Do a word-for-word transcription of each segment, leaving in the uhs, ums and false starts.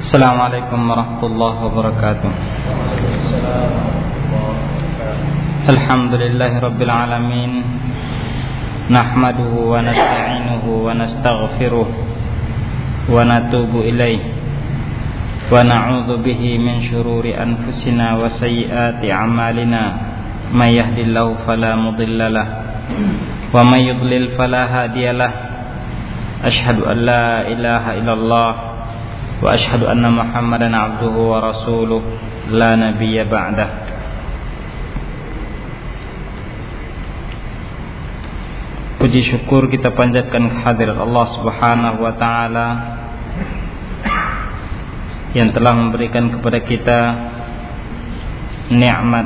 Assalamualaikum warahmatullahi wabarakatuh. Alhamdulillahi rabbil alamin. Nahmaduhu wa nasta'inuhu wa nastaghfiruh wa natubu ilaih wa na'udzu bihi min syururi anfusina wa sayyiati a'malina. May yahdihillahu fala mudilla lahu wa may yudlil fala hadiyalah. Asyhadu an la ilaha illallah wa asyhadu anna Muhammadan abduhu wa rasuluh la nabiyya ba'dah. Puji syukur kita panjatkan kehadirat Allah Subhanahu wa taala yang telah memberikan kepada kita nikmat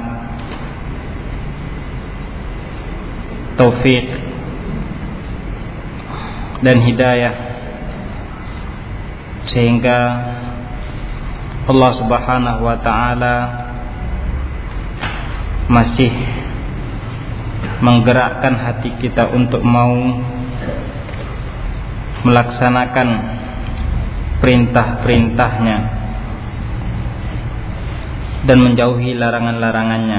taufik dan hidayah, sehingga Allah Subhanahu wa taala masih menggerakkan hati kita untuk mau melaksanakan perintah-perintahnya dan menjauhi larangan-larangannya.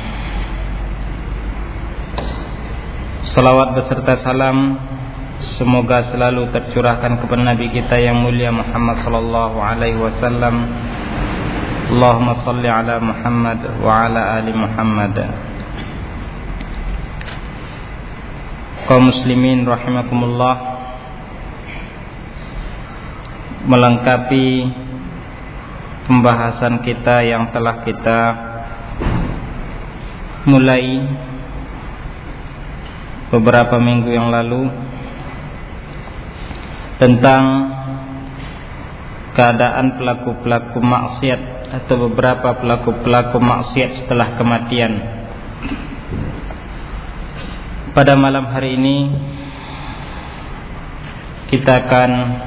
Salawat beserta salam semoga selalu tercurahkan kepada Nabi kita yang mulia Muhammad sallallahu alaihi wasallam. Allahumma salli ala Muhammad wa ala ali Muhammad. Kaum muslimin rahimakumullah, melengkapi pembahasan kita yang telah kita mulai beberapa minggu yang lalu tentang keadaan pelaku-pelaku maksiat atau beberapa pelaku-pelaku maksiat setelah kematian. Pada malam hari ini kita akan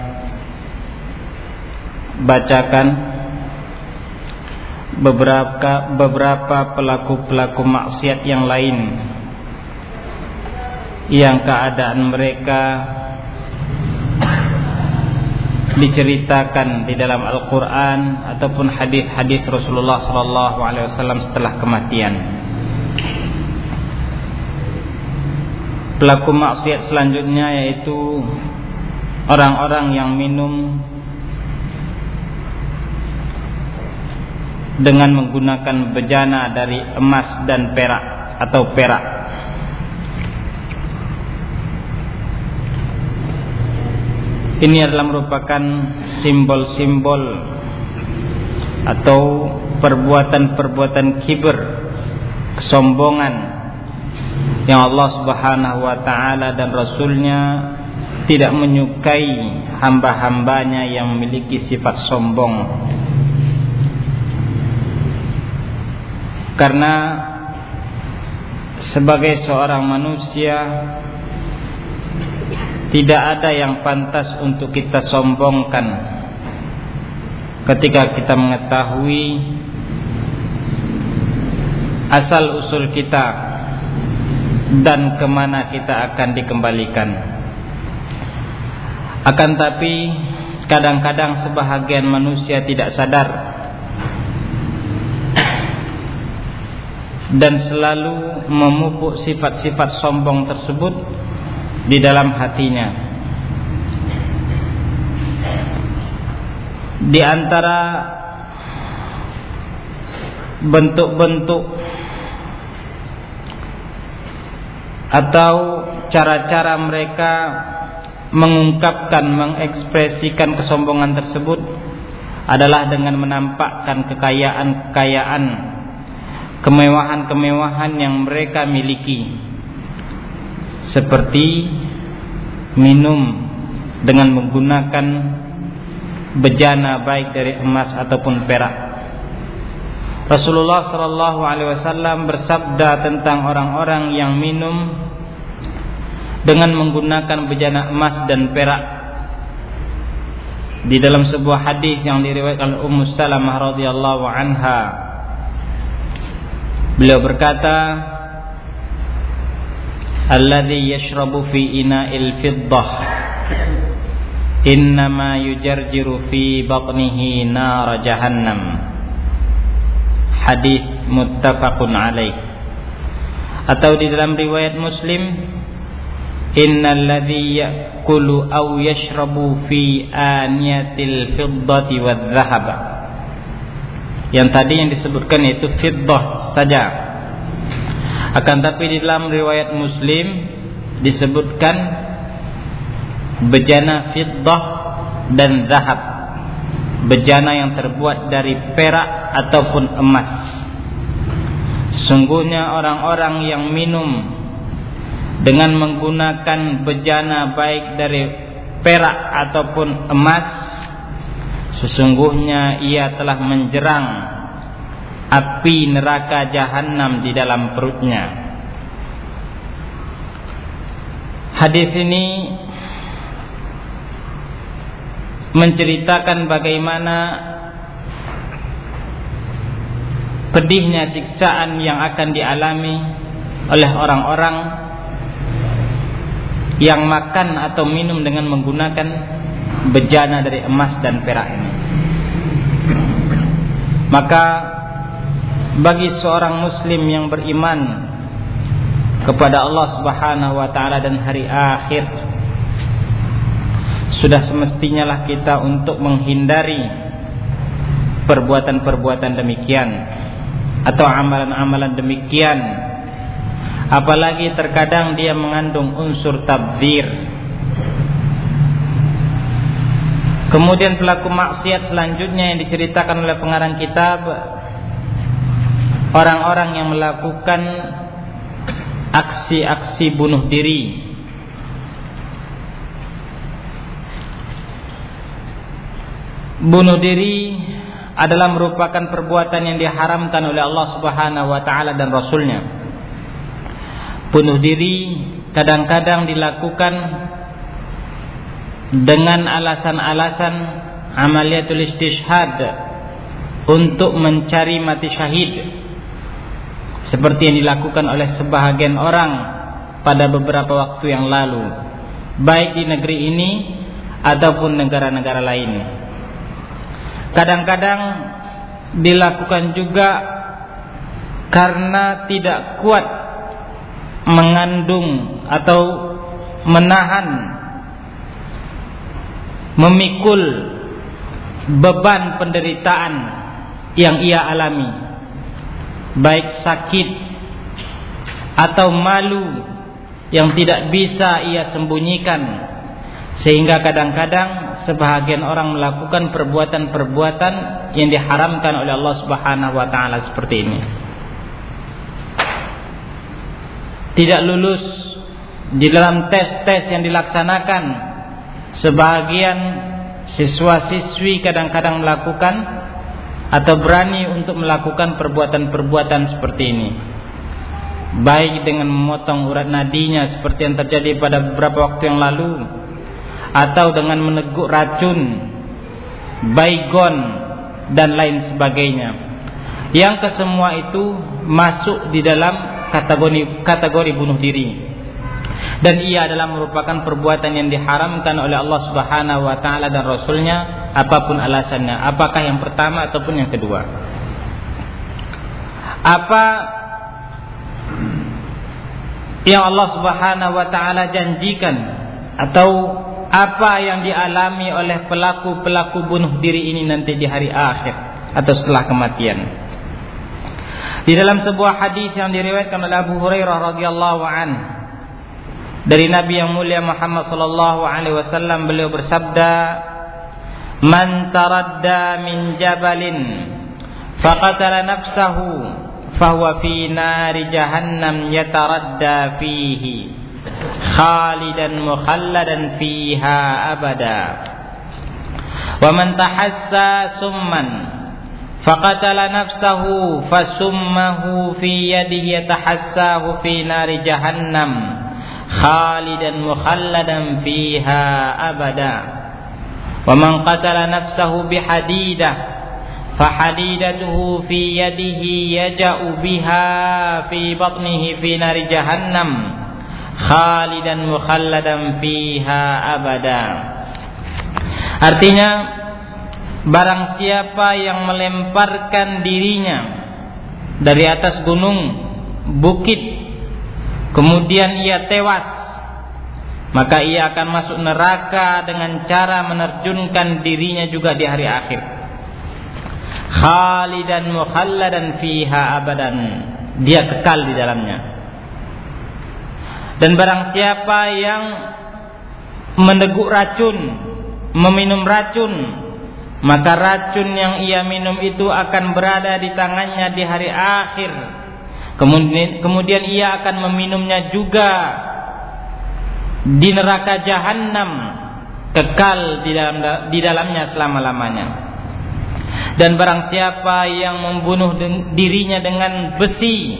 bacakan beberapa beberapa pelaku-pelaku maksiat yang lain yang keadaan mereka diceritakan di dalam Al-Quran ataupun hadis-hadis Rasulullah sallallahu alaihi wasallam setelah kematian. Pelaku maksiat selanjutnya yaitu orang-orang yang minum dengan menggunakan bejana dari emas dan perak atau perak. Ini adalah merupakan simbol-simbol atau perbuatan-perbuatan kibir, kesombongan yang Allah Subhanahu wa taala dan Rasulnya tidak menyukai hamba-hambanya yang memiliki sifat sombong. Karena sebagai seorang manusia tidak ada yang pantas untuk kita sombongkan ketika kita mengetahui asal usul kita dan kemana kita akan dikembalikan. Akan tapi kadang-kadang sebahagian manusia tidak sadar dan selalu memupuk sifat-sifat sombong tersebut di dalam hatinya. Di antara bentuk-bentuk atau cara-cara mereka mengungkapkan, mengekspresikan kesombongan tersebut adalah dengan menampakkan kekayaan-kekayaan, kemewahan-kemewahan yang mereka miliki, seperti minum dengan menggunakan bejana baik dari emas ataupun perak. Rasulullah sallallahu alaihi wasallam bersabda tentang orang-orang yang minum dengan menggunakan bejana emas dan perak di dalam sebuah hadis yang diriwayatkan oleh Ummu Salamah radhiyallahu anha. Beliau berkata, "Alladzi yashrabu fi ina'il fiddah innama yujarjiru fi batnihi nar jahannam. Hadis muttafaqun alaih. Atau di dalam riwayat Muslim, innal ladzi ya'kulu aw yashrabu fi aniyatil fiddati wadh dhahab. Yang tadi yang disebutkan itu fiddah saja. Akan tapi di dalam riwayat Muslim disebutkan bejana fiddah dan zahab, bejana yang terbuat dari perak ataupun emas. Sungguhnya orang-orang yang minum dengan menggunakan bejana baik dari perak ataupun emas, sesungguhnya ia telah menjerang api neraka jahanam di dalam perutnya. Hadis ini menceritakan bagaimana pedihnya siksaan yang akan dialami oleh orang-orang yang makan atau minum dengan menggunakan bejana dari emas dan perak ini. Maka bagi seorang muslim yang beriman kepada Allah Subhanahu wa taala dan hari akhir, sudah semestinya lah kita untuk menghindari perbuatan-perbuatan demikian atau amalan-amalan demikian. Apalagi terkadang dia mengandung unsur tabdzir. Kemudian pelaku maksiat selanjutnya yang diceritakan oleh pengarang kitab, orang-orang yang melakukan aksi-aksi bunuh diri. Bunuh diri adalah merupakan perbuatan yang diharamkan oleh Allah Subhanahu wa taala dan Rasulnya. Bunuh diri kadang-kadang dilakukan dengan alasan-alasan amaliyatul istishhad, untuk mencari mati syahid, seperti yang dilakukan oleh sebahagian orang pada beberapa waktu yang lalu, baik di negeri ini ataupun negara-negara lain. Kadang-kadang dilakukan juga karena tidak kuat mengandung atau menahan, memikul beban penderitaan yang ia alami, baik sakit atau malu yang tidak bisa ia sembunyikan, sehingga kadang-kadang sebahagian orang melakukan perbuatan-perbuatan yang diharamkan oleh Allah Subhanahu wa taala seperti ini. Tidak lulus di dalam tes-tes yang dilaksanakan, sebahagian siswa-siswi kadang-kadang melakukan atau berani untuk melakukan perbuatan-perbuatan seperti ini, baik dengan memotong urat nadinya seperti yang terjadi pada beberapa waktu yang lalu, atau dengan meneguk racun, baygon dan lain sebagainya, yang kesemua itu masuk di dalam kategori kategori bunuh diri, dan ia adalah merupakan perbuatan yang diharamkan oleh Allah Subhanahu wa taala dan Rasulnya, apapun alasannya, apakah yang pertama ataupun yang kedua. Apa yang Allah Subhanahu wa taala janjikan atau apa yang dialami oleh pelaku-pelaku bunuh diri ini nanti di hari akhir atau setelah kematian? Di dalam sebuah hadis yang diriwayatkan oleh Abu Hurairah radhiyallahu anhu dari Nabi yang mulia Muhammad sallallahu alaihi wasallam, beliau bersabda, "Man taradda min jabalin faqatala nafsahu fahuwa fi nari jahannam yataradda fihi khalidan mukhalladan fiha abada. Wa man tahassa summan faqatala nafsahu fasummahu fi yadihi yatahassahu fi nari jahannam khalidan mukhalladan fiha abada. Wa man qatala nafsahu bihadidah fahadidatuhu fi yadihi yaja'u biha fi batnihi fi nari jahannam khalidan mukhalladan fiha abada. Artinya, barang siapa yang melemparkan dirinya dari atas gunung, bukit, kemudian ia tewas, maka ia akan masuk neraka dengan cara menerjunkan dirinya juga di hari akhir. Khalidan mukhalladan fiha abadan, dia kekal di dalamnya. Dan barang siapa yang meneguk racun, meminum racun, maka racun yang ia minum itu akan berada di tangannya di hari akhir. Kemudian, kemudian ia akan meminumnya juga di neraka jahanam, kekal di dalam di dalamnya selama-lamanya. Dan barang siapa yang membunuh dirinya dengan besi,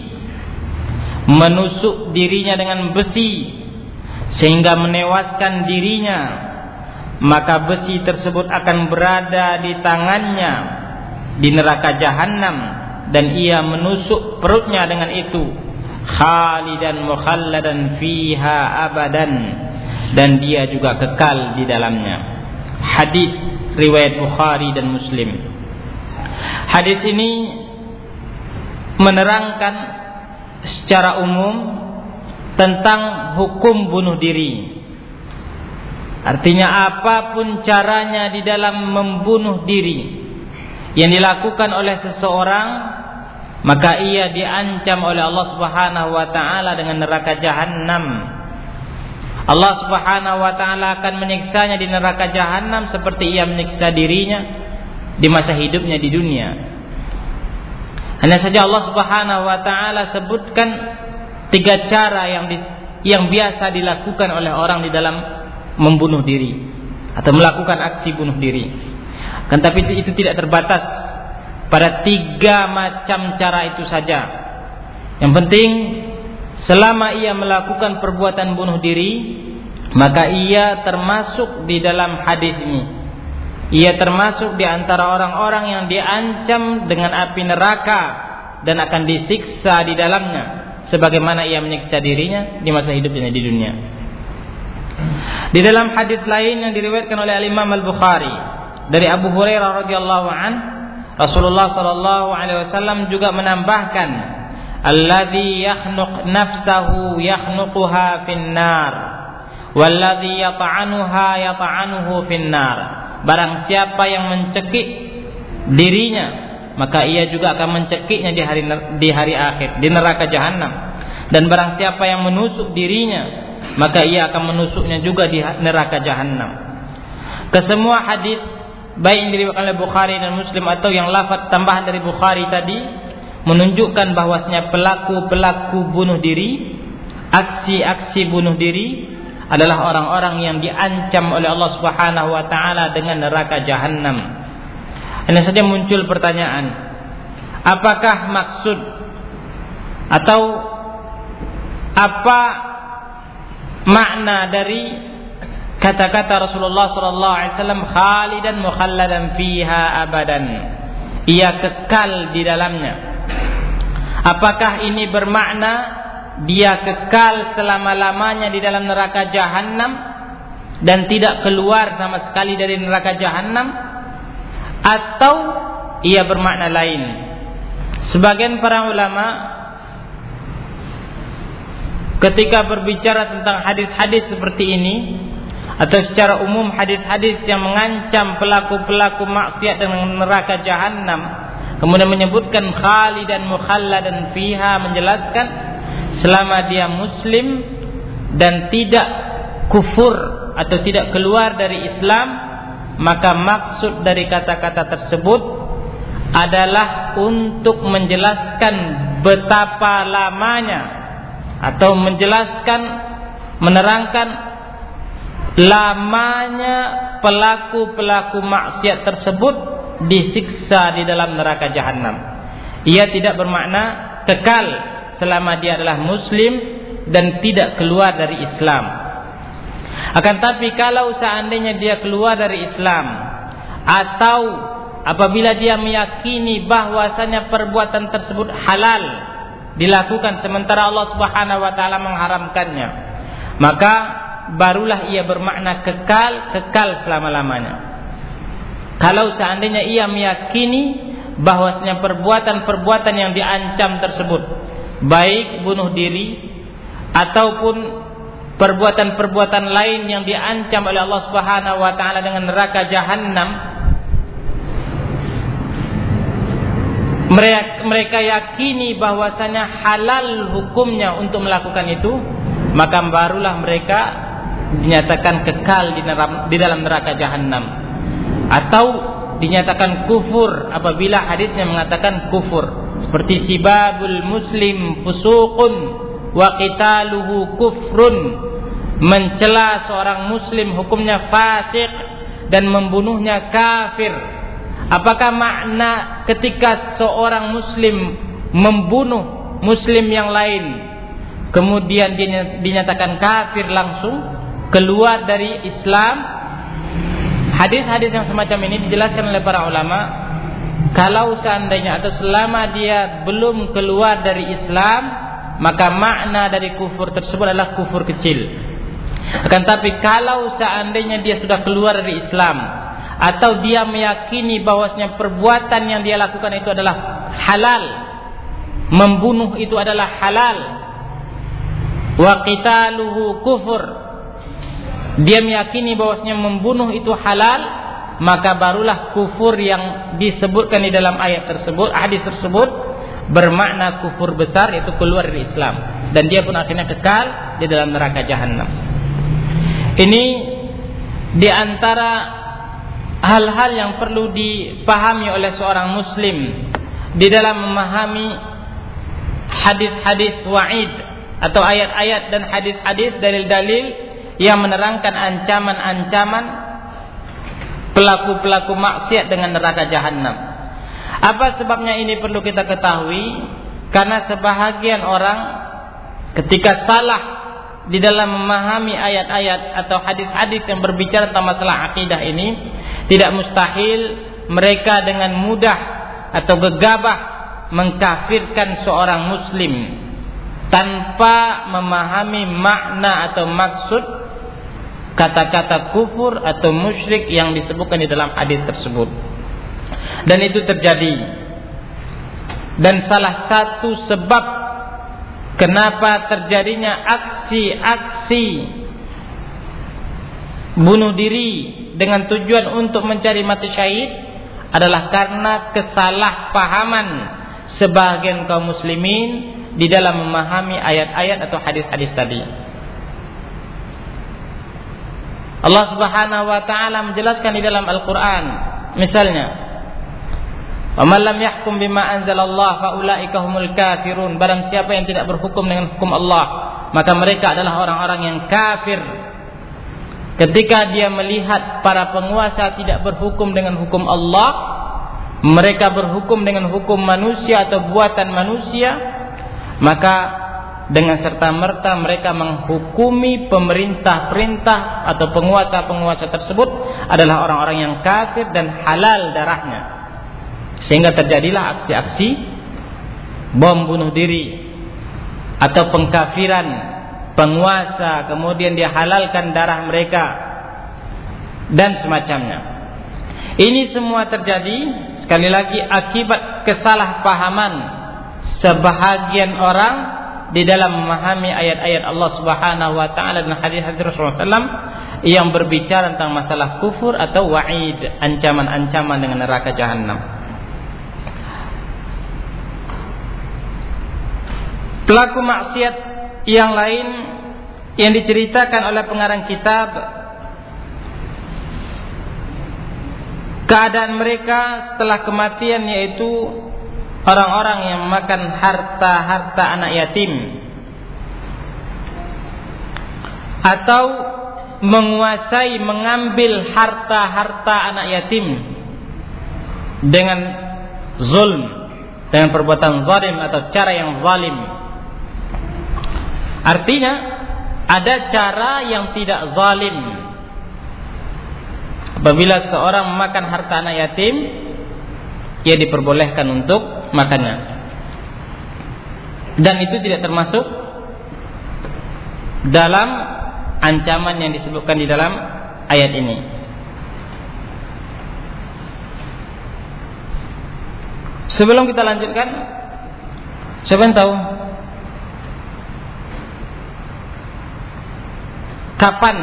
menusuk dirinya dengan besi sehingga menewaskan dirinya, maka besi tersebut akan berada di tangannya di neraka jahanam, dan ia menusuk perutnya dengan itu, khalidan mukhalladan fiha abadan, dan dia juga kekal di dalamnya. Hadis riwayat Bukhari dan Muslim. Hadis ini menerangkan secara umum tentang hukum bunuh diri. Artinya, apapun caranya di dalam membunuh diri yang dilakukan oleh seseorang, maka ia diancam oleh Allah Subhanahu wa taala dengan neraka jahanam. Allah Subhanahu wa taala akan menyiksanya di neraka jahanam seperti ia menyiksa dirinya di masa hidupnya di dunia. Hanya saja Allah Subhanahu wa taala sebutkan tiga cara yang di, yang biasa dilakukan oleh orang di dalam membunuh diri atau melakukan aksi bunuh diri. Kan tapi itu, itu tidak terbatas pada tiga macam cara itu saja. Yang penting selama ia melakukan perbuatan bunuh diri, maka ia termasuk di dalam hadis ini. Ia termasuk di antara orang-orang yang diancam dengan api neraka dan akan disiksa di dalamnya, sebagaimana ia menyiksa dirinya di masa hidupnya di dunia. Di dalam hadis lain yang diriwayatkan oleh Imam Al-Bukhari dari Abu Hurairah radhiyallahu an, Rasulullah sallallahu alaihi wasallam juga menambahkan, alladzi yakhnuq nafsahu yakhnuquha finnar, walladzi yata'anuha yata'anuhu finnar. Barang siapa yang mencekik dirinya, maka ia juga akan mencekiknya di hari di hari akhir, di neraka jahanam. Dan barang siapa yang menusuk dirinya, maka ia akan menusuknya juga di neraka jahanam. Kesemua hadis baik yang diriwayatkan oleh Bukhari dan Muslim atau yang lafaz tambahan dari Bukhari tadi menunjukkan bahwasanya pelaku-pelaku bunuh diri, aksi-aksi bunuh diri adalah orang-orang yang diancam oleh Allah Subhanahu wa taala dengan neraka jahanam. Hanya saja muncul pertanyaan, apakah maksud atau apa makna dari kata-kata Rasulullah sallallahu alaihi wasallam khalidan mukhalladan fiha abadan, ia kekal di dalamnya? Apakah ini bermakna dia kekal selama-lamanya di dalam neraka jahanam dan tidak keluar sama sekali dari neraka jahanam, atau ia bermakna lain? Sebagian para ulama ketika berbicara tentang hadis-hadis seperti ini atau secara umum hadis-hadis yang mengancam pelaku-pelaku maksiat dengan neraka jahanam, kemudian menyebutkan khalidan mukhalladan fiha, menjelaskan selama dia muslim dan tidak kufur atau tidak keluar dari Islam, maka maksud dari kata-kata tersebut adalah untuk menjelaskan betapa lamanya atau menjelaskan, menerangkan lamanya pelaku-pelaku maksiat tersebut disiksa di dalam neraka jahanam. Ia tidak bermakna kekal selama dia adalah muslim dan tidak keluar dari Islam. Akan tapi kalau seandainya dia keluar dari Islam, atau apabila dia meyakini bahwasanya perbuatan tersebut halal dilakukan sementara Allah Subhanahu wa taala mengharamkannya, maka barulah ia bermakna kekal, kekal selama-lamanya. Kalau seandainya ia meyakini bahwasanya perbuatan-perbuatan yang diancam tersebut, baik bunuh diri ataupun perbuatan-perbuatan lain yang diancam oleh Allah Subhanahu wa taala dengan neraka jahanam, mereka, mereka yakini bahwasanya halal hukumnya untuk melakukan itu, maka barulah mereka dinyatakan kekal di dalam, di dalam neraka jahanam, atau dinyatakan kufur apabila hadisnya mengatakan kufur, seperti sibabul muslim fusuqun wa qitaluhu kufrun, mencela seorang muslim hukumnya fasik dan membunuhnya kafir. Apakah makna ketika seorang muslim membunuh muslim yang lain kemudian dia dinyatakan kafir langsung keluar dari Islam? Hadis-hadis yang semacam ini dijelaskan oleh para ulama, kalau seandainya atau selama dia belum keluar dari Islam, maka makna dari kufur tersebut adalah kufur kecil. Akan tapi kalau seandainya dia sudah keluar dari Islam, atau dia meyakini bahwasanya perbuatan yang dia lakukan itu adalah halal, membunuh itu adalah halal, wa qitaluhu kufur, dia meyakini bahwasanya membunuh itu halal, maka barulah kufur yang disebutkan di dalam ayat tersebut, hadis tersebut, bermakna kufur besar, yaitu keluar dari Islam, dan dia pun akhirnya kekal di dalam neraka jahanam. Ini di antara hal-hal yang perlu dipahami oleh seorang muslim di dalam memahami hadis-hadis wa'id atau ayat-ayat dan hadis-hadis dalil-dalil yang menerangkan ancaman-ancaman pelaku-pelaku maksiat dengan neraka jahanam. Apa sebabnya ini perlu kita ketahui? Karena sebahagian orang ketika salah di dalam memahami ayat-ayat atau hadis-hadis yang berbicara tentang masalah akidah ini, tidak mustahil mereka dengan mudah atau gegabah mengkafirkan seorang muslim tanpa memahami makna atau maksud kata-kata kufur atau musyrik yang disebutkan di dalam hadis tersebut. Dan itu terjadi. Dan salah satu sebab kenapa terjadinya aksi-aksi bunuh diri dengan tujuan untuk mencari mati syahid adalah karena kesalahpahaman sebagian kaum muslimin di dalam memahami ayat-ayat atau hadis-hadis tadi. Allah Subhanahu wa taala menjelaskan di dalam Al-Qur'an, misalnya, "Wa man lam yahkum bima anzalallah fa ulaika humul kafirun." Barang siapa yang tidak berhukum dengan hukum Allah, maka mereka adalah orang-orang yang kafir. Ketika dia melihat para penguasa tidak berhukum dengan hukum Allah, mereka berhukum dengan hukum manusia atau buatan manusia, maka dengan serta-merta mereka menghukumi pemerintah-perintah atau penguasa-penguasa tersebut adalah orang-orang yang kafir dan halal darahnya. Sehingga terjadilah aksi-aksi bom bunuh diri atau pengkafiran penguasa, kemudian dia halalkan darah mereka dan semacamnya. Ini semua terjadi sekali lagi akibat kesalahpahaman sebahagian orang di dalam memahami ayat-ayat Allah Subhanahu wa taala dan hadis-hadis Rasulullah sallallahu alaihi wasallam yang berbicara tentang masalah kufur atau wa'id, ancaman-ancaman dengan neraka jahanam. Pelaku maksiat yang lain yang diceritakan oleh pengarang kitab, keadaan mereka setelah kematian, yaitu orang-orang yang memakan harta-harta anak yatim atau menguasai, mengambil harta-harta anak yatim dengan zulm, dengan perbuatan zalim atau cara yang zalim. Artinya ada cara yang tidak zalim. Apabila seorang memakan harta anak yatim, ia diperbolehkan untuk makannya, dan itu tidak termasuk dalam ancaman yang disebutkan di dalam ayat ini. Sebelum kita lanjutkan, siapa yang tahu kapan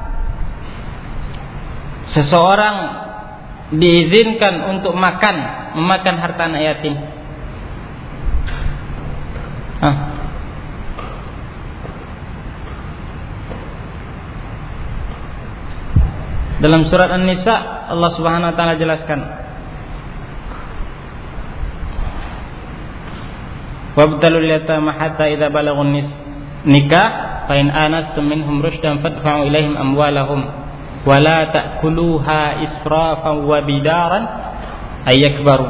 seseorang diizinkan untuk makan, memakan harta anak yatim? Ah. Dalam surat An-Nisa Allah Subhanahu wa taala jelaskan, wabtalul yatama hatta idza balagun nikah fa in anastum minhum rushdan fadfa'u ilaihim amwalahum wa la ta'kuluha israfan wa bidaran ayakbaru.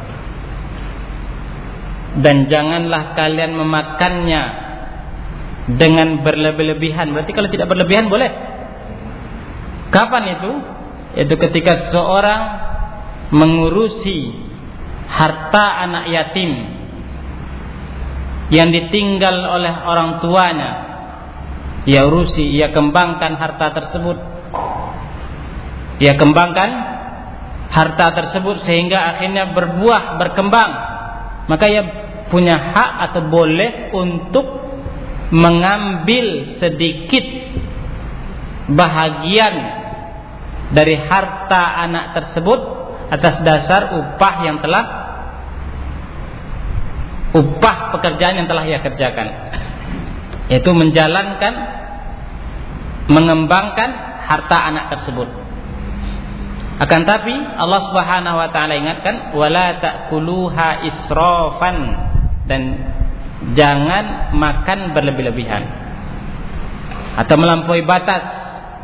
Dan janganlah kalian memakannya dengan berlebih-lebihan. Berarti kalau tidak berlebihan boleh. Kapan itu? Itu ketika seseorang mengurusi harta anak yatim yang ditinggal oleh orang tuanya. Ia urusi, ia kembangkan harta tersebut. Ia kembangkan harta tersebut sehingga akhirnya berbuah, berkembang. Maka ia punya hak atau boleh untuk mengambil sedikit bahagian dari harta anak tersebut atas dasar upah yang telah upah pekerjaan yang telah ia kerjakan, yaitu menjalankan, mengembangkan harta anak tersebut. Akan tapi Allah Subhanahu wa taala ingatkan, wala ta'kuluha israfan, dan jangan makan berlebih-lebihan atau melampaui batas.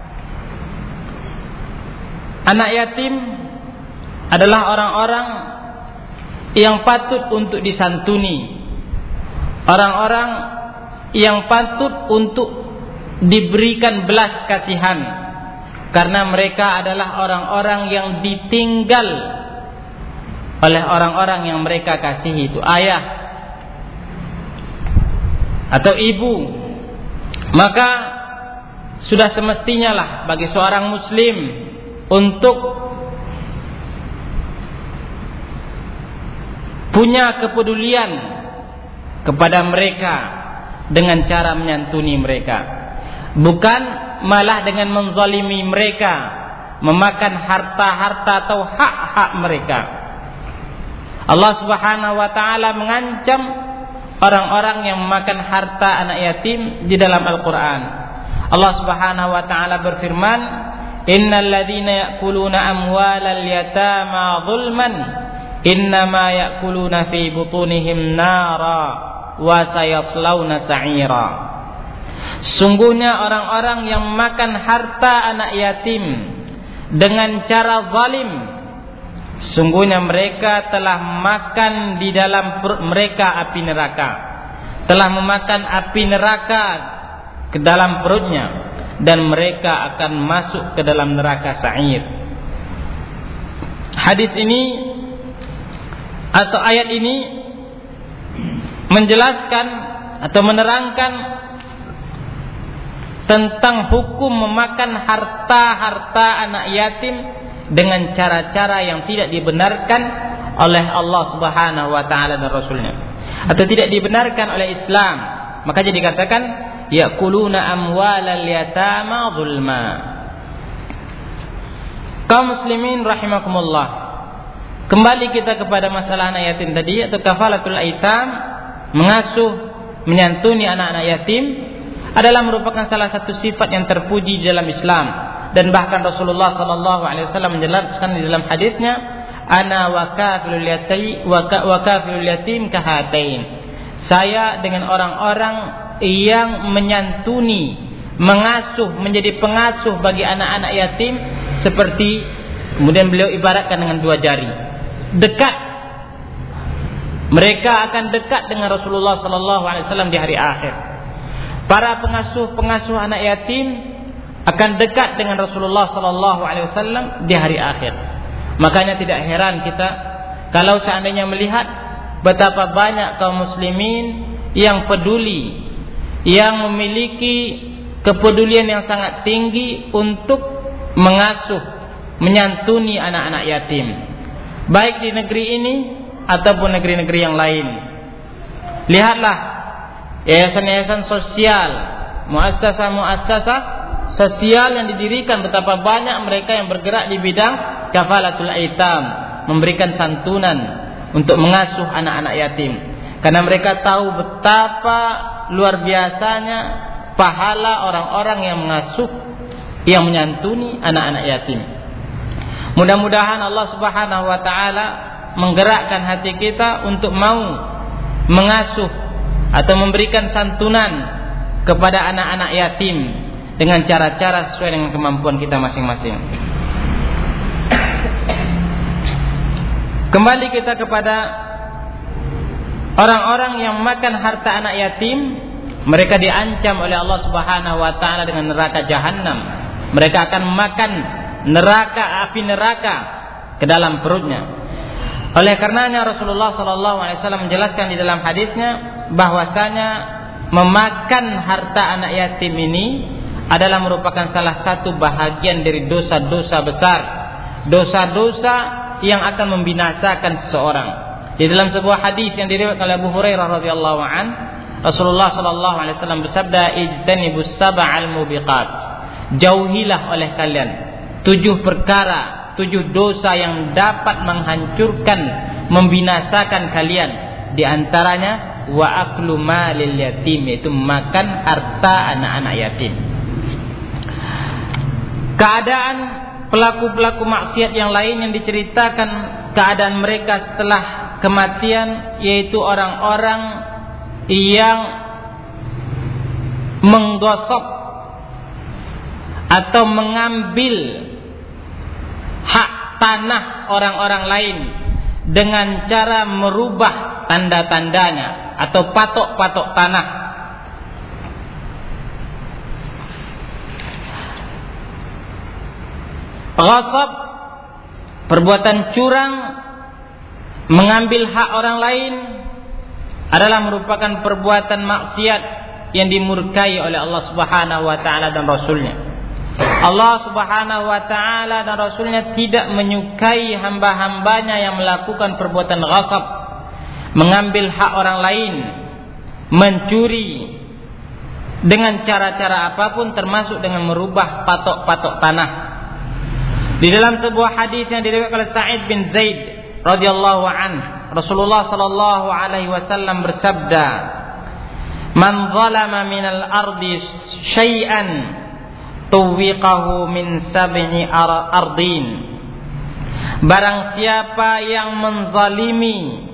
Anak yatim adalah orang-orang yang patut untuk disantuni, orang-orang yang patut untuk diberikan belas kasihan, karena mereka adalah orang-orang yang ditinggal oleh orang-orang yang mereka kasihi, itu ayah atau ibu. Maka sudah semestinya lah bagi seorang muslim untuk punya kepedulian kepada mereka dengan cara menyantuni mereka, bukan malah dengan menzalimi mereka, memakan harta-harta atau hak-hak mereka. Allah Subhanahu wa taala mengancam orang-orang yang memakan harta anak yatim di dalam Al-Qur'an. Allah Subhanahu wa taala berfirman, innal ladzina ya'kuluna amwalal yatama zulman innama ya'kuluna fi butunihim nara wa sayaslawna sa'ira. Sungguhnya orang-orang yang makan harta anak yatim dengan cara zalim, sungguhnya mereka telah makan di dalam perut mereka api neraka, telah memakan api neraka ke dalam perutnya, dan mereka akan masuk ke dalam neraka sa'ir. Hadis ini atau ayat ini menjelaskan atau menerangkan tentang hukum memakan harta-harta anak yatim dengan cara-cara yang tidak dibenarkan oleh Allah Subhanahu wa taala dan Rasulnya, atau tidak dibenarkan oleh Islam. Maka jadi dikatakan ya'kuluna amwalal yatama zulma. Kaum muslimin rahimakumullah, kembali kita kepada masalah anak yatim tadi, atau kafalatul aitam, mengasuh, menyantuni anak-anak yatim, adalah merupakan salah satu sifat yang terpuji di dalam Islam. Dan bahkan Rasulullah sallallahu alaihi wasallam menjelaskan di dalam hadisnya, ana wa kafilul yatim wa kafilul yatim kahatain. Saya dengan orang-orang yang menyantuni, mengasuh, menjadi pengasuh bagi anak-anak yatim seperti, kemudian beliau ibaratkan dengan dua jari. Dekat. Mereka akan dekat dengan Rasulullah sallallahu alaihi wasallam di hari akhir. Para pengasuh-pengasuh anak yatim akan dekat dengan Rasulullah sallallahu alaihi wasallam di hari akhir. Makanya tidak heran kita kalau seandainya melihat betapa banyak kaum muslimin yang peduli, yang memiliki kepedulian yang sangat tinggi untuk mengasuh, menyantuni anak-anak yatim, baik di negeri ini ataupun negeri-negeri yang lain. Lihatlah yayasan-yayasan sosial, muassasah-muassasah sosial yang didirikan, betapa banyak mereka yang bergerak di bidang kafalatul aitam, memberikan santunan untuk mengasuh anak-anak yatim. Karena mereka tahu betapa luar biasanya pahala orang-orang yang mengasuh, yang menyantuni anak-anak yatim. Mudah-mudahan Allah Subhanahu wa taala menggerakkan hati kita untuk mau mengasuh atau memberikan santunan kepada anak-anak yatim dengan cara-cara sesuai dengan kemampuan kita masing-masing. Kembali kita kepada orang-orang yang makan harta anak yatim, mereka diancam oleh Allah Subhanahu wa taala dengan neraka jahanam. Mereka akan makan neraka, api neraka ke dalam perutnya. Oleh karenanya Rasulullah sallallahu alaihi wasallam menjelaskan di dalam hadisnya bahwasanya memakan harta anak yatim ini adalah merupakan salah satu bahagian dari dosa-dosa besar, dosa-dosa yang akan membinasakan seseorang. Di dalam sebuah hadis yang diriwayatkan oleh Abu Hurairah radhiyallahu an, Rasulullah sallallahu alaihi wasallam bersabda, "Ijtanibus sab'al mubiqat." Jauhilah oleh kalian tujuh perkara, tujuh dosa yang dapat menghancurkan, membinasakan kalian. Di antaranya wa aklu malil yatim, yaitu makan harta anak-anak yatim. Keadaan pelaku-pelaku maksiat yang lain yang diceritakan keadaan mereka setelah kematian, yaitu orang-orang yang menggosok atau mengambil hak tanah orang-orang lain dengan cara merubah tanda-tandanya atau patok-patok tanah. Ghasab, perbuatan curang, mengambil hak orang lain adalah merupakan perbuatan maksiat yang dimurkai oleh Allah Subhanahu wa taala dan Rasulnya. Allah Subhanahu wa taala dan Rasulnya tidak menyukai hamba-hambanya yang melakukan perbuatan ghasab, mengambil hak orang lain, mencuri dengan cara-cara apapun, termasuk dengan merubah patok-patok tanah. Di dalam sebuah hadis yang diriwayatkan oleh Sa'id bin Zaid radhiyallahu anhu, Rasulullah sallallahu alaihi wasallam bersabda, "Man zalama minal ardi syai'an tuwiqahu min sab'i ardin." Barang siapa yang menzalimi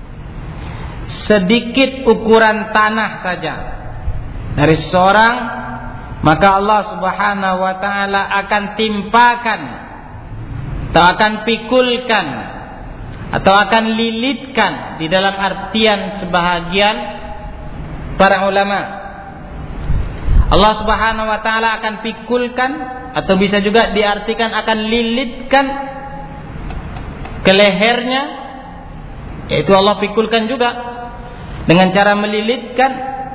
sedikit ukuran tanah saja dari seorang, maka Allah Subhanahu wa taala akan timpakan atau akan pikulkan atau akan lilitkan, di dalam artian sebahagian para ulama, Allah Subhanahu wa taala akan pikulkan, atau bisa juga diartikan akan lilitkan ke lehernya, yaitu Allah pikulkan juga dengan cara melilitkan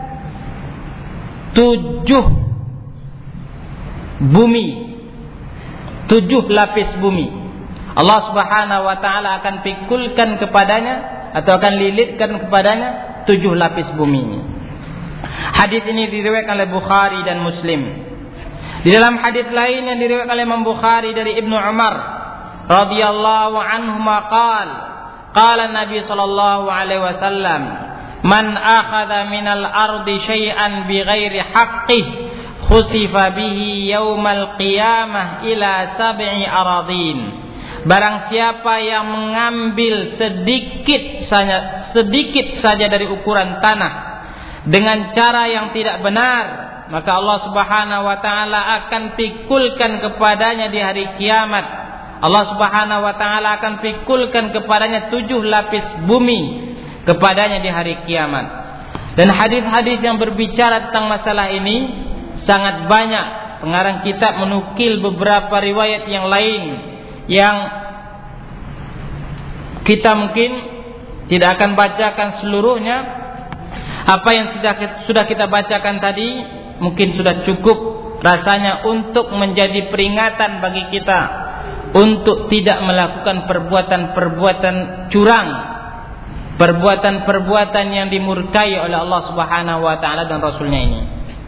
tujuh bumi, tujuh lapis bumi. Allah Subhanahu wa taala akan pikulkan kepadanya atau akan lilitkan kepadanya tujuh lapis bumi. Hadis ini diriwayatkan oleh Bukhari dan Muslim. Di dalam hadis lain yang diriwayatkan oleh Imam Bukhari dari Ibnu Umar radhiyallahu anhu maqal qala Nabi sallallahu alaihi wasallam, "Man akhadha minal ardi syai'an bighairi haqqih khusifa bihi yaumal qiyamah ila sab'i aradin." Barang siapa yang mengambil sedikit saja sedikit saja dari ukuran tanah dengan cara yang tidak benar, maka Allah Subhanahu wa taala akan pikulkan kepadanya di hari kiamat. Allah Subhanahu wa taala akan pikulkan kepadanya tujuh lapis bumi kepadanya di hari kiamat. Dan hadis-hadis yang berbicara tentang masalah ini sangat banyak. Pengarang kitab menukil beberapa riwayat yang lain yang kita mungkin tidak akan bacakan seluruhnya. Apa yang sudah sudah kita bacakan tadi mungkin sudah cukup rasanya untuk menjadi peringatan bagi kita untuk tidak melakukan perbuatan-perbuatan curang perbuatan-perbuatan yang dimurkai oleh Allah Subhanahu wa taala dan Rasulnya ini.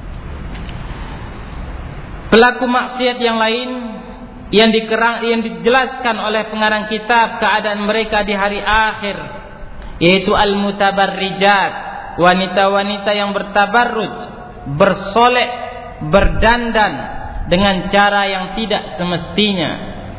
Pelaku maksiat yang lain yang dikerang, yang dijelaskan oleh pengarang kitab keadaan mereka di hari akhir, yaitu al-mutabarrijat, wanita-wanita yang bertabarruj, bersolek, berdandan dengan cara yang tidak semestinya.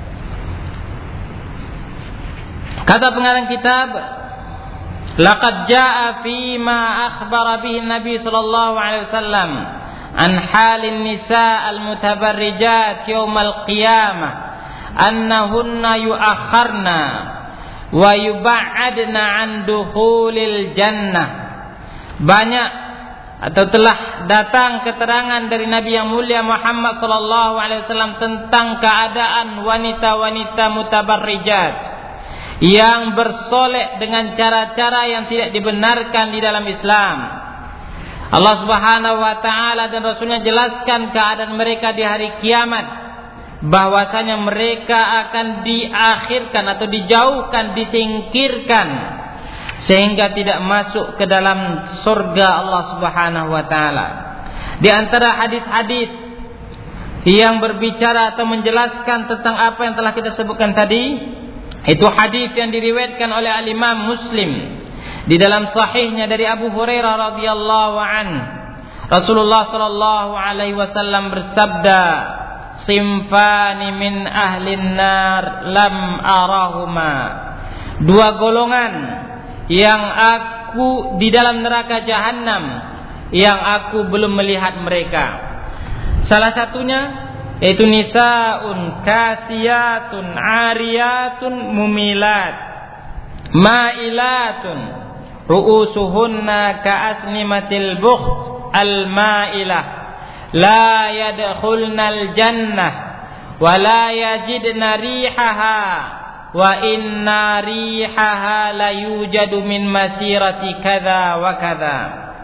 Kata pengarang kitab, laqad jaa fi ma akhbara bihi Nabi sallallahu alaihi wasallam an halin nisa al-mutabarrijat yaumal qiyamah annahunna yu'akharna wa yub'adna an dukhulil jannah. Banyak atau telah datang keterangan dari Nabi yang mulia Muhammad sallallahu alaihi wasallam tentang keadaan wanita-wanita mutabarrijat yang bersolek dengan cara-cara yang tidak dibenarkan di dalam Islam. Allah Subhanahu wa taala dan Rasulnya jelaskan keadaan mereka di hari kiamat, bahwasanya mereka akan diakhirkan atau dijauhkan, disingkirkan sehingga tidak masuk ke dalam surga Allah Subhanahu wa taala. Di antara hadis-hadis yang berbicara atau menjelaskan tentang apa yang telah kita sebutkan tadi, itu hadis yang diriwayatkan oleh Al-Imam Muslim di dalam sahihnya dari Abu Hurairah radhiyallahu an. Rasulullah sallallahu alaihi wasallam bersabda, "Simfani min ahlin nar lam arahuma." Dua golongan yang aku di dalam neraka jahanam yang aku belum melihat mereka. Salah satunya yaitu nisaun kasiyatun ariyatun mumilat mailatun ru'usuhunna ka'asnimatil bukht al-ma'ilah la yadkhulnal jannah wa la yajidna rihaha wa inna rihaha la yujadu min masirati kadza wa kadza.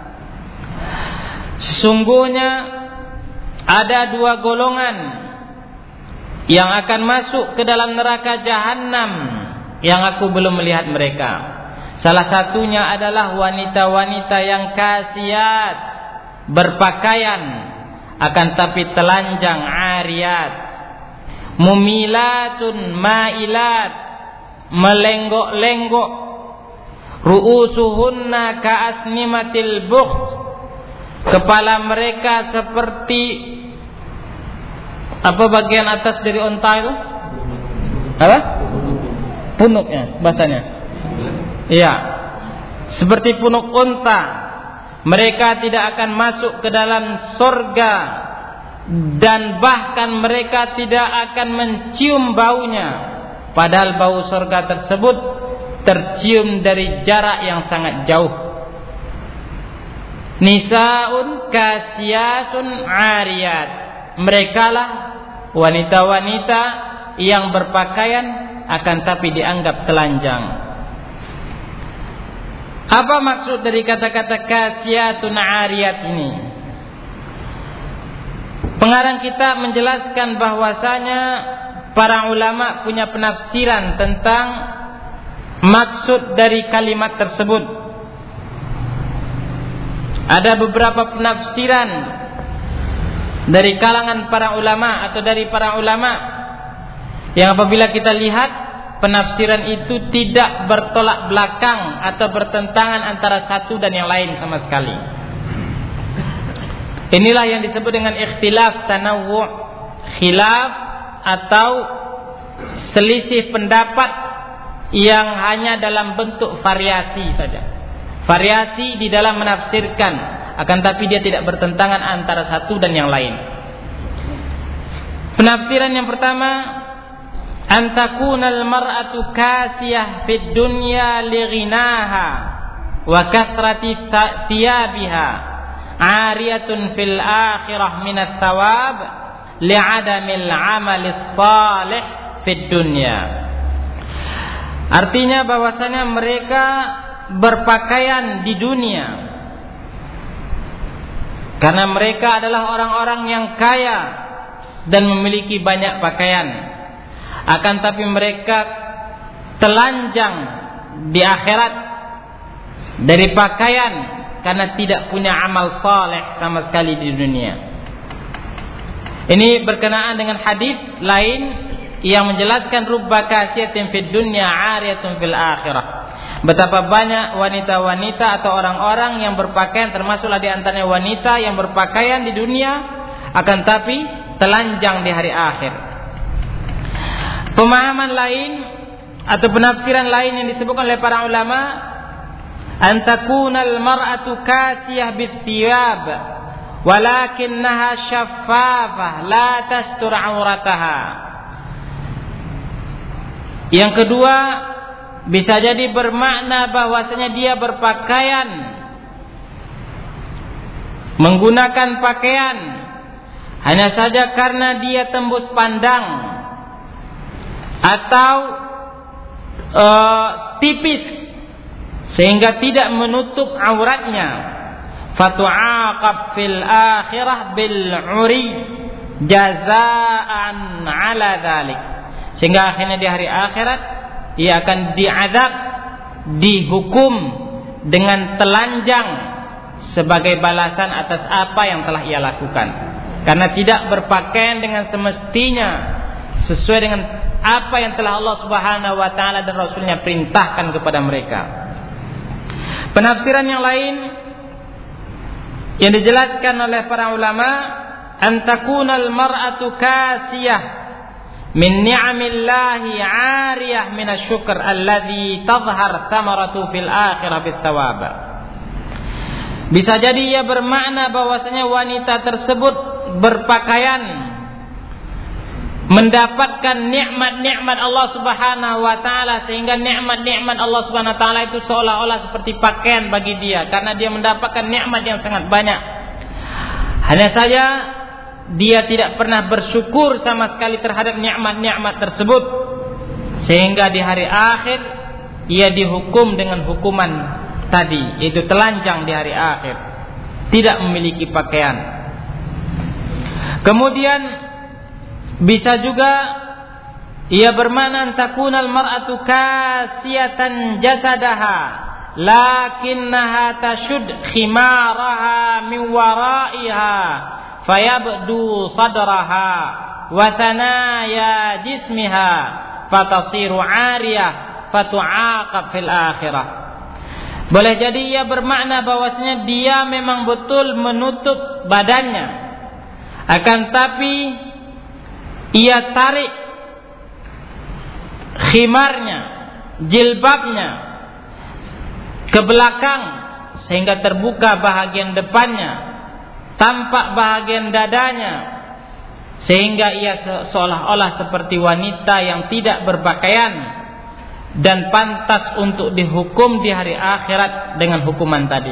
Sesungguhnya ada dua golongan yang akan masuk ke dalam neraka jahanam yang aku belum melihat mereka. Salah satunya adalah wanita-wanita yang kasiat, berpakaian akan tapi telanjang, ariyat, mumilatun mailat, melenggok-lenggok, ru'usuhunna ka'asnimatil bukht, kepala mereka seperti apa bagian atas dari onta itu? Apa? Punuknya bahasanya. Iya, seperti punuk unta. Mereka tidak akan masuk ke dalam surga, dan bahkan mereka tidak akan mencium baunya, padahal bau surga tersebut tercium dari jarak yang sangat jauh. Nisaun kasiyatun ariyat, merekalah wanita-wanita yang berpakaian akan tapi dianggap telanjang. Apa maksud dari kata-kata kasiyatun ariyat ini? Pengarang kitab menjelaskan bahwasanya para ulama punya penafsiran tentang maksud dari kalimat tersebut. Ada beberapa penafsiran dari kalangan para ulama atau dari para ulama yang apabila kita lihat, penafsiran itu tidak bertolak belakang atau bertentangan antara satu dan yang lain sama sekali. Inilah yang disebut dengan ikhtilaf tanawwu', khilaf atau selisih pendapat yang hanya dalam bentuk variasi saja. Variasi di dalam menafsirkan, akan tapi dia tidak bertentangan antara satu dan yang lain. Penafsiran yang pertama, antakunal mar'atu kasiyah fid dunya lighinaha wa kathrati thiyabiha ariyatun fil akhirah minat thawab li'adamil amalis salih fid dunya. Artinya bahwasanya mereka berpakaian di dunia karena mereka adalah orang-orang yang kaya dan memiliki banyak pakaian. Akan tapi mereka telanjang di akhirat dari pakaian karena tidak punya amal saleh sama sekali di dunia. Ini berkenaan dengan hadis lain yang menjelaskan rubba kasiyatin fid dunya 'ariyatun fil akhirah. Betapa banyak wanita-wanita atau orang-orang yang berpakaian, termasuklah di antaranya wanita yang berpakaian di dunia akan tapi telanjang di hari akhir. Pemahaman lain atau penafsiran lain yang disebutkan oleh para ulama, an takunal mar'atu kasiyah bithiyab walakinnaha syaffafah la tastur aurataha. Yang kedua, bisa jadi bermakna bahwasanya dia berpakaian menggunakan pakaian hanya saja karena dia tembus pandang atau uh, tipis sehingga tidak menutup auratnya. Fatu'aqab fil akhirah bil 'uri jazaan 'ala dzalik. Sehingga akhirnya di hari akhirat ia akan diazab, dihukum dengan telanjang sebagai balasan atas apa yang telah ia lakukan. Karena tidak berpakaian dengan semestinya sesuai dengan apa yang telah Allah Subhanahu wa taala dan Rasulnya perintahkan kepada mereka. Penafsiran yang lain yang dijelaskan oleh para ulama, an takunal mar'atu kasiyah min ni'amillahi 'ariyah minasyukr alladzi tadhhar thamaratu fil akhirah bis thawab. Bisa jadi ia bermakna bahwasanya wanita tersebut berpakaian mendapatkan nikmat-nikmat Allah Subhanahu wa taala, sehingga nikmat-nikmat Allah Subhanahu wa taala itu seolah-olah seperti pakaian bagi dia karena dia mendapatkan nikmat yang sangat banyak. Hanya saja dia tidak pernah bersyukur sama sekali terhadap nikmat-nikmat tersebut, sehingga di hari akhir ia dihukum dengan hukuman tadi, yaitu telanjang di hari akhir, tidak memiliki pakaian. Kemudian bisa juga ia bermakna takunal mar'atu kasiyatan jasadaha lakinnaha tashud khimaraha min wara'iha fayabdu sadraha wa thanaya jismiha fatasiru 'ariyah fatu'aqab fil akhirah. Boleh jadi ia bermakna bahwasanya dia memang betul menutup badannya, akan tapi ia tarik khimarnya, jilbabnya ke belakang sehingga terbuka bahagian depannya, tampak bahagian dadanya, sehingga ia seolah-olah seperti wanita yang tidak berpakaian dan pantas untuk dihukum di hari akhirat dengan hukuman tadi.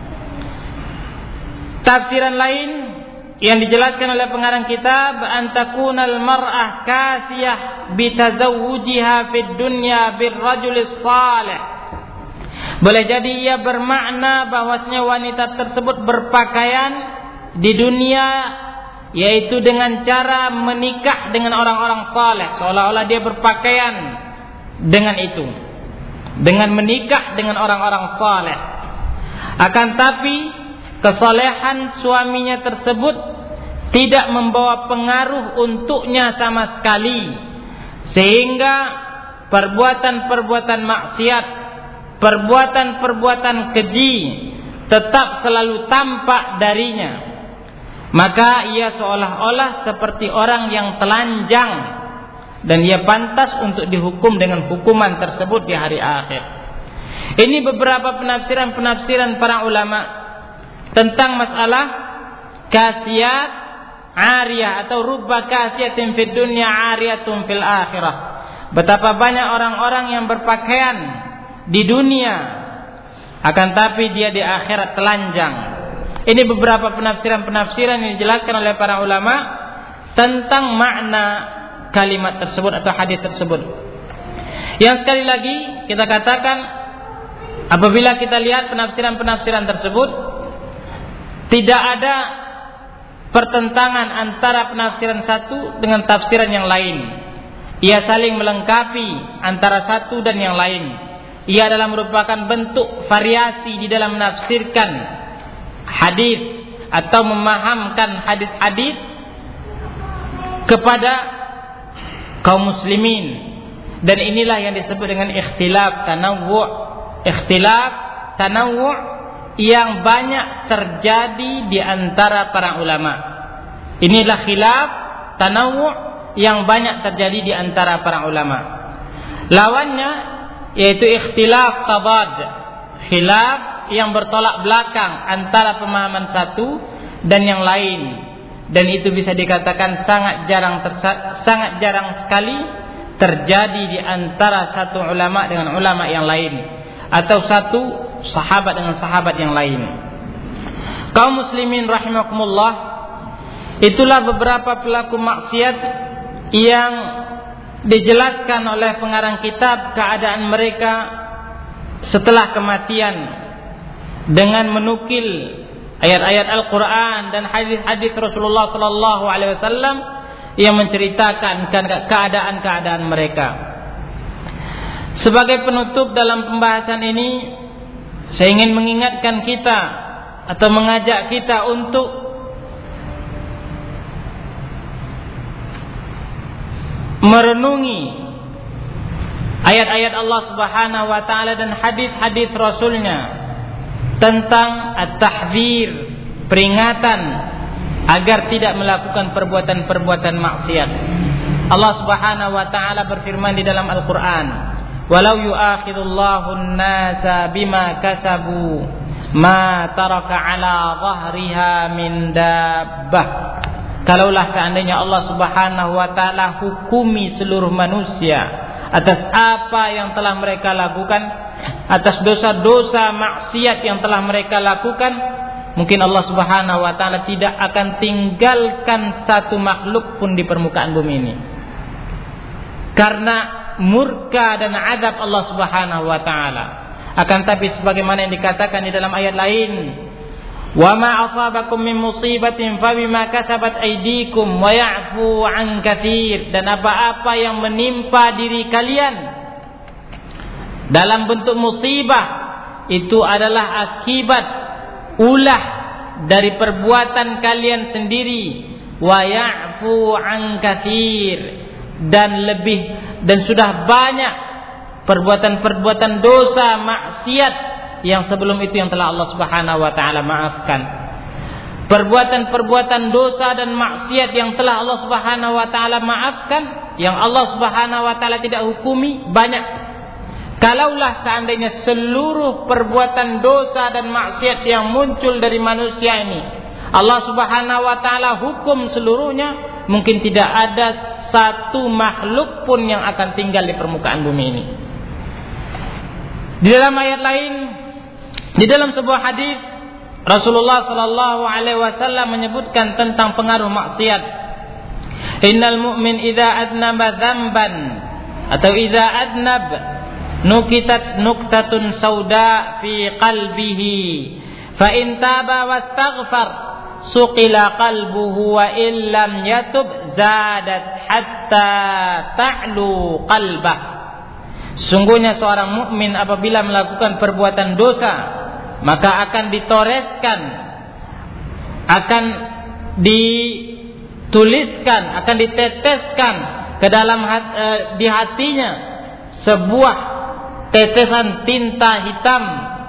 Tafsiran lain yang dijelaskan oleh pengarang kitab, antakunal mar'ah kasiyah bitazawujiha fid dunya birrajulis salih. Boleh jadi ia bermakna bahwasanya wanita tersebut berpakaian di dunia, yaitu dengan cara menikah dengan orang-orang saleh, seolah-olah dia berpakaian dengan itu, dengan menikah dengan orang-orang saleh. Akan tapi kesalehan suaminya tersebut tidak membawa pengaruh untuknya sama sekali, sehingga perbuatan-perbuatan maksiat, perbuatan-perbuatan keji tetap selalu tampak darinya. Maka ia seolah-olah seperti orang yang telanjang, dan ia pantas untuk dihukum dengan hukuman tersebut di hari akhir. Ini beberapa penafsiran-penafsiran para ulama tentang masalah kasiyat ariyah atau rubba kasiyatin fid dunya ariyatun fil akhirah. Betapa banyak orang-orang yang berpakaian di dunia akan tapi dia di akhirat telanjang. Ini beberapa penafsiran-penafsiran yang dijelaskan oleh para ulama tentang makna kalimat tersebut atau hadis tersebut. Yang sekali lagi kita katakan, apabila kita lihat penafsiran-penafsiran tersebut, tidak ada pertentangan antara penafsiran satu dengan tafsiran yang lain. Ia saling melengkapi antara satu dan yang lain, ia adalah merupakan bentuk variasi di dalam menafsirkan hadis atau memahamkan hadis-hadis kepada kaum muslimin. Dan inilah yang disebut dengan ikhtilaf tanawwu'. Ikhtilaf tanawwu' yang banyak terjadi di antara para ulama. Inilah khilaf tanawwu' yang banyak terjadi di antara para ulama. Lawannya yaitu ikhtilaf tabad, khilaf yang bertolak belakang antara pemahaman satu dan yang lain, dan itu bisa dikatakan sangat jarang tersa- sangat jarang sekali terjadi di antara satu ulama dengan ulama yang lain, atau satu sahabat dengan sahabat yang lain. Kaum muslimin rahimakumullah, itulah beberapa pelaku maksiat yang dijelaskan oleh pengarang kitab keadaan mereka setelah kematian dengan menukil ayat-ayat Al-Quran dan hadis-hadis Rasulullah Sallallahu Alaihi Wasallam yang menceritakan keadaan-keadaan mereka. Sebagai penutup dalam pembahasan ini, saya ingin mengingatkan kita atau mengajak kita untuk merenungi ayat-ayat Allah Subhanahu wa taala dan hadis-hadis Rasulnya tentang at-tahdzir, peringatan agar tidak melakukan perbuatan-perbuatan maksiat. Allah Subhanahu wa taala berfirman di dalam Al-Qur'an, "Walau yu'akhidullahu an-nasa bima kasabu ma taraka 'ala dhahriha min dabbah." Kalaulah seandainya Allah Subhanahu wa taala hukumi seluruh manusia atas apa yang telah mereka lakukan, atas dosa-dosa maksiat yang telah mereka lakukan, mungkin Allah Subhanahu wa taala tidak akan tinggalkan satu makhluk pun di permukaan bumi ini. Karena murka dan azab Allah Subhanahu wa taala. Akan tapi sebagaimana yang dikatakan di dalam ayat lain, "Wa ma asabakum min musibatin fa bima kasabat aydikum wa ya'fu 'an katsir." Dan apa-apa yang menimpa diri kalian dalam bentuk musibah itu adalah akibat ulah dari perbuatan kalian sendiri, wa ya'fu 'an katsir, dan lebih dan sudah banyak perbuatan-perbuatan dosa maksiat yang sebelum itu yang telah Allah Subhanahu wa taala maafkan. Perbuatan-perbuatan dosa dan maksiat yang telah Allah Subhanahu wa taala maafkan, yang Allah Subhanahu wa taala tidak hukumi, banyak. Kalaulah seandainya seluruh perbuatan dosa dan maksiat yang muncul dari manusia ini Allah Subhanahu wa taala hukum seluruhnya, mungkin tidak ada satu makhluk pun yang akan tinggal di permukaan bumi ini. Di dalam ayat lain, di dalam sebuah hadis, Rasulullah Sallallahu Alaihi Wasallam menyebutkan tentang pengaruh maksiat. Innal mu'min idza adnaba dzamban atau idza adnab nukitat nuktatun sauda fi qalbihi fa in taba wastaghfar suqila qalbuhu wa illam yatub zadat hatta ta'lu qalbah. Sungguhnya seorang mukmin apabila melakukan perbuatan dosa, maka akan ditoreskan, akan dituliskan, akan diteteskan ke dalam hati, eh, di hatinya sebuah tetesan tinta hitam.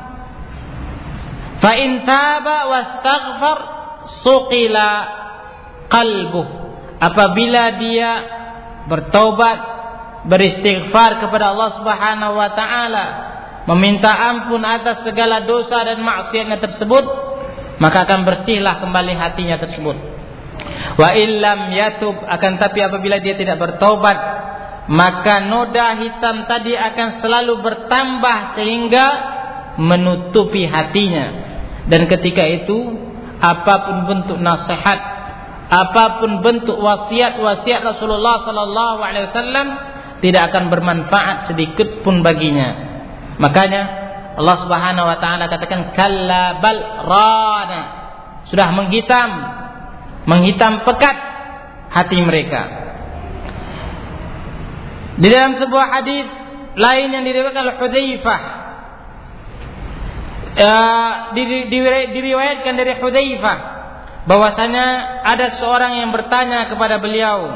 Fa in taba wastaghfar suqila qalbuh. Apabila dia bertobat, beristighfar kepada Allah Subhanahu wa taala, meminta ampun atas segala dosa dan maksiatnya tersebut, maka akan bersihlah kembali hatinya tersebut. Wa illam yatub, akan tapi apabila dia tidak bertobat, maka noda hitam tadi akan selalu bertambah sehingga menutupi hatinya. Dan ketika itu, apapun bentuk nasihat, apapun bentuk wasiat-wasiat Rasulullah sallallahu alaihi wasallam tidak akan bermanfaat sedikit pun baginya. Makanya Allah Subhanahu wa taala katakan kalla bal rana, sudah menghitam, menghitam pekat hati mereka. Di dalam sebuah hadis lain yang diriwayatkan oleh Hudzaifah, uh, diri, diri, diriwayatkan dari Hudzaifah bahwasanya ada seorang yang bertanya kepada beliau,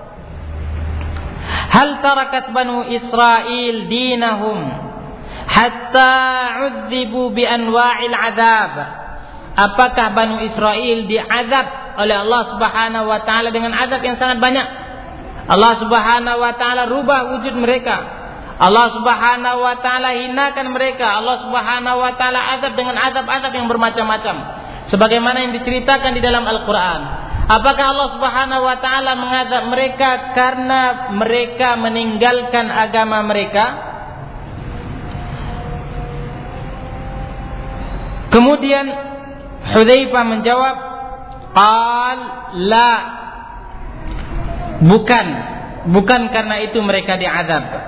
hal tarakat banu Israil dinahum hatta udzibu bi anwa'il azab? Apakah banu Israil diazab oleh Allah Subhanahu wa taala dengan azab yang sangat banyak? Allah Subhanahu wa taala rubah wujud mereka. Allah Subhanahu wa taala hinakan mereka. Allah Subhanahu wa taala azab dengan azab-azab yang bermacam-macam, sebagaimana yang diceritakan di dalam Al-Qur'an. Apakah Allah Subhanahu wa taala mengazab mereka karena mereka meninggalkan agama mereka? Kemudian Hudzaifah menjawab, qal la, bukan bukan karena itu mereka diazab,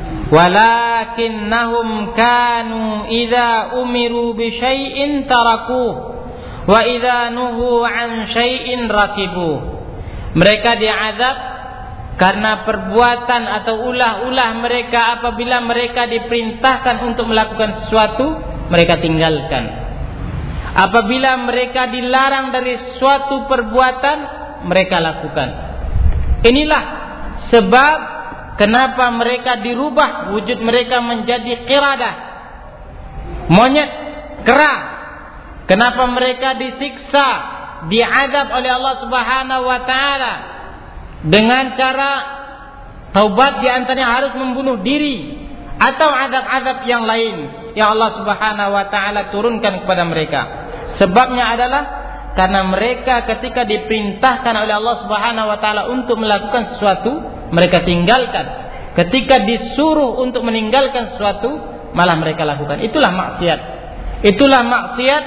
walakinnahum kanu idza umiru bi syai'in tarakuh wa idza nuhu an syai'in rakibuh. Mereka diazab karena perbuatan atau ulah-ulah mereka. Apabila mereka diperintahkan untuk melakukan sesuatu, mereka tinggalkan. Apabila mereka dilarang dari suatu perbuatan, mereka lakukan. Inilah sebab kenapa mereka dirubah wujud mereka menjadi qiradah, monyet, kera. Kenapa mereka disiksa, diazab oleh Allah Subhanahu wa taala dengan cara taubat, di antaranya harus membunuh diri atau azab-azab yang lain yang Allah Subhanahu wa taala turunkan kepada mereka. Sebabnya adalah karena mereka ketika diperintahkan oleh Allah Subhanahu wa taala untuk melakukan sesuatu, mereka tinggalkan. Ketika disuruh untuk meninggalkan sesuatu, malah mereka lakukan. Itulah maksiat. Itulah maksiat,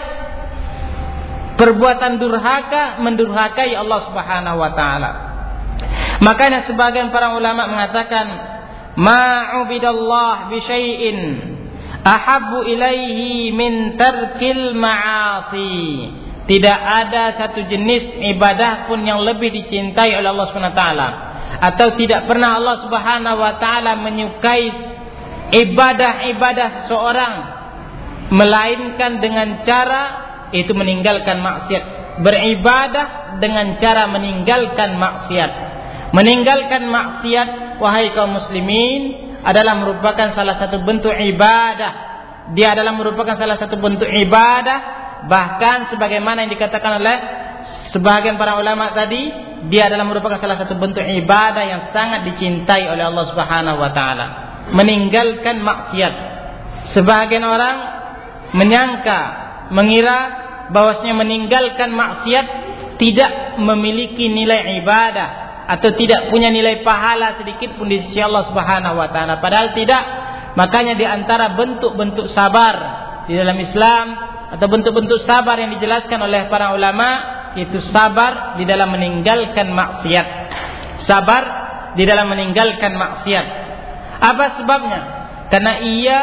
perbuatan durhaka, mendurhakai Allah Subhanahu wa taala. Makanya sebagian para ulama mengatakan, ma'ubidallah bi syai'in ahabbu ilaihi min tarkil ma'asi. Tidak ada satu jenis ibadah pun yang lebih dicintai oleh Allah Subhanahu wa taala, atau tidak pernah Allah Subhanahu wa taala menyukai ibadah-ibadah seseorang melainkan dengan cara itu meninggalkan maksiat. Beribadah dengan cara meninggalkan maksiat. Meninggalkan maksiat, wahai kaum muslimin, adalah merupakan salah satu bentuk ibadah. Dia adalah merupakan salah satu bentuk ibadah. Bahkan sebagaimana yang dikatakan oleh sebagian para ulama tadi, dia adalah merupakan salah satu bentuk ibadah yang sangat dicintai oleh Allah Subhanahu wa taala. Meninggalkan maksiat. Sebagian orang menyangka, mengira bahwasanya meninggalkan maksiat tidak memiliki nilai ibadah atau tidak punya nilai pahala sedikit pun di sisi Allah Subhanahu wa taala. Padahal tidak. Makanya di antara bentuk-bentuk sabar di dalam Islam atau bentuk-bentuk sabar yang dijelaskan oleh para ulama, itu sabar di dalam meninggalkan maksiat. Sabar di dalam meninggalkan maksiat. Apa sebabnya? Karena ia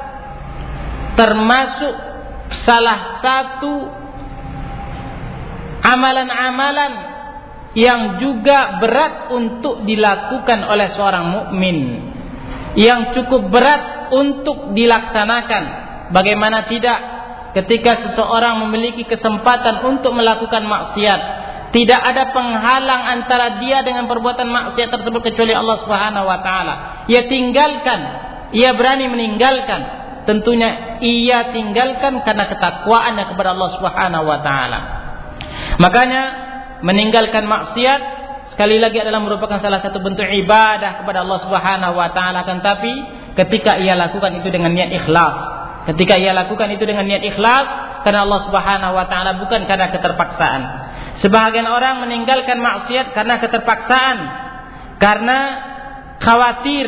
termasuk salah satu amalan-amalan yang juga berat untuk dilakukan oleh seorang mukmin, yang cukup berat untuk dilaksanakan. Bagaimana tidak, ketika seseorang memiliki kesempatan untuk melakukan maksiat, tidak ada penghalang antara dia dengan perbuatan maksiat tersebut kecuali Allah Subhanahu wa taala. Ia tinggalkan, ia berani meninggalkan. Tentunya ia tinggalkan karena ketakwaannya kepada Allah Subhanahu wa taala. Makanya meninggalkan maksiat sekali lagi adalah merupakan salah satu bentuk ibadah kepada Allah Subhanahu wa taala. Akan tapi ketika ia lakukan itu dengan niat ikhlas, ketika ia lakukan itu dengan niat ikhlas karena Allah Subhanahu wa taala, bukan karena keterpaksaan. Sebahagian orang meninggalkan maksiat karena keterpaksaan, karena khawatir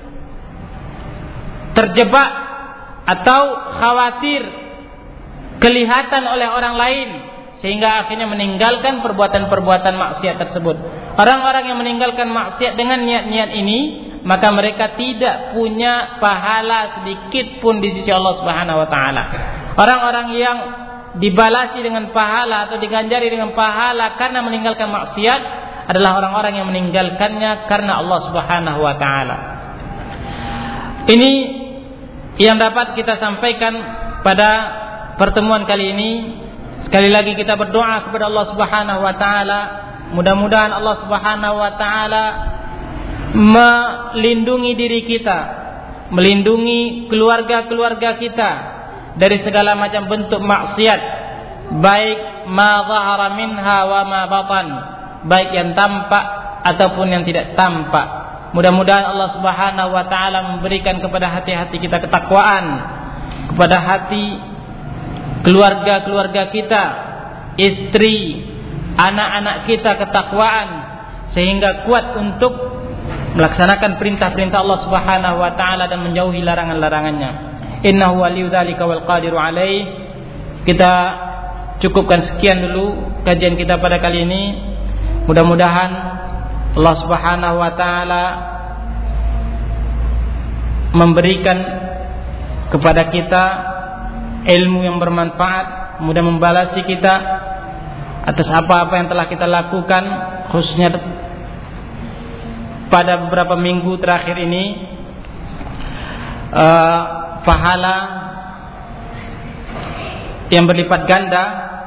terjebak atau khawatir kelihatan oleh orang lain, sehingga akhirnya meninggalkan perbuatan-perbuatan maksiat tersebut. Orang-orang yang meninggalkan maksiat dengan niat-niat ini, maka mereka tidak punya pahala sedikit pun di sisi Allah Subhanahu wa taala. Orang-orang yang dibalasi dengan pahala atau diganjari dengan pahala karena meninggalkan maksiat adalah orang-orang yang meninggalkannya karena Allah Subhanahu wa taala. Ini yang dapat kita sampaikan pada pertemuan kali ini. Sekali lagi kita berdoa kepada Allah Subhanahu wa taala, mudah-mudahan Allah Subhanahu wa taala melindungi diri kita, melindungi keluarga-keluarga kita dari segala macam bentuk maksiat, baik ma zahara minha wa ma batan, baik yang tampak ataupun yang tidak tampak. Mudah-mudahan Allah Subhanahu wa taala memberikan kepada hati-hati kita ketakwaan, kepada hati keluarga-keluarga kita, istri, anak-anak kita ketakwaan, sehingga kuat untuk melaksanakan perintah-perintah Allah Subhanahu wa taala dan menjauhi larangan-larangannya. Innahu waliyyu dzalika wal qadiru alaih. Kita cukupkan sekian dulu kajian kita pada kali ini. Mudah-mudahan Allah Subhanahu wa taala memberikan kepada kita ilmu yang bermanfaat, mudah membalasi kita atas apa-apa yang telah kita lakukan, khususnya pada beberapa minggu terakhir ini. uh, pahala yang berlipat ganda,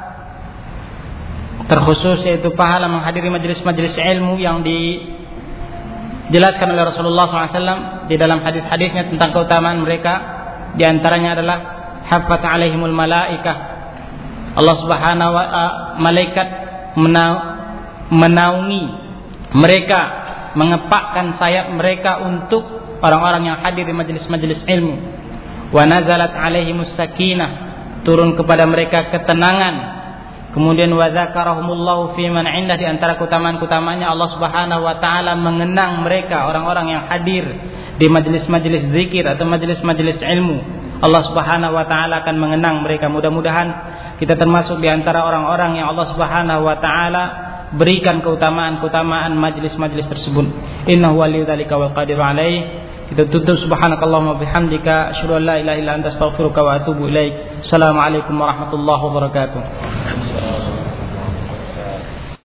terkhusus yaitu pahala menghadiri majelis-majelis ilmu yang dijelaskan oleh Rasulullah shallallahu alaihi wasallam di dalam hadis-hadisnya tentang keutamaan mereka. Di antaranya adalah haffat alaihimul malaikah, Allah Subhanahu wa taala malaikat menaungi mereka, mengepakkan sayap mereka untuk orang-orang yang hadir di majelis-majelis ilmu. Wa nazalat alaihimus sakinah, turun kepada mereka ketenangan. Kemudian wa dzakarahumullahu fi man indah, di antara keutamaan-keutamaannya Allah Subhanahu wa taala mengenang mereka, orang-orang yang hadir di majelis-majelis zikir atau majelis-majelis ilmu. Allah Subhanahu wa taala akan mengenang mereka. Mudah-mudahan kita termasuk di antara orang-orang yang Allah Subhanahu wa taala berikan keutamaan-keutamaan majelis-majelis tersebut. Innahu waliyyu dzalika wal qadiru alaih. Kita tutup subhanakallahumma bihamdika asyhadu an la ilaha illa anta astaghfiruka wa atubu ilaik. Assalamualaikum warahmatullahi wabarakatuh.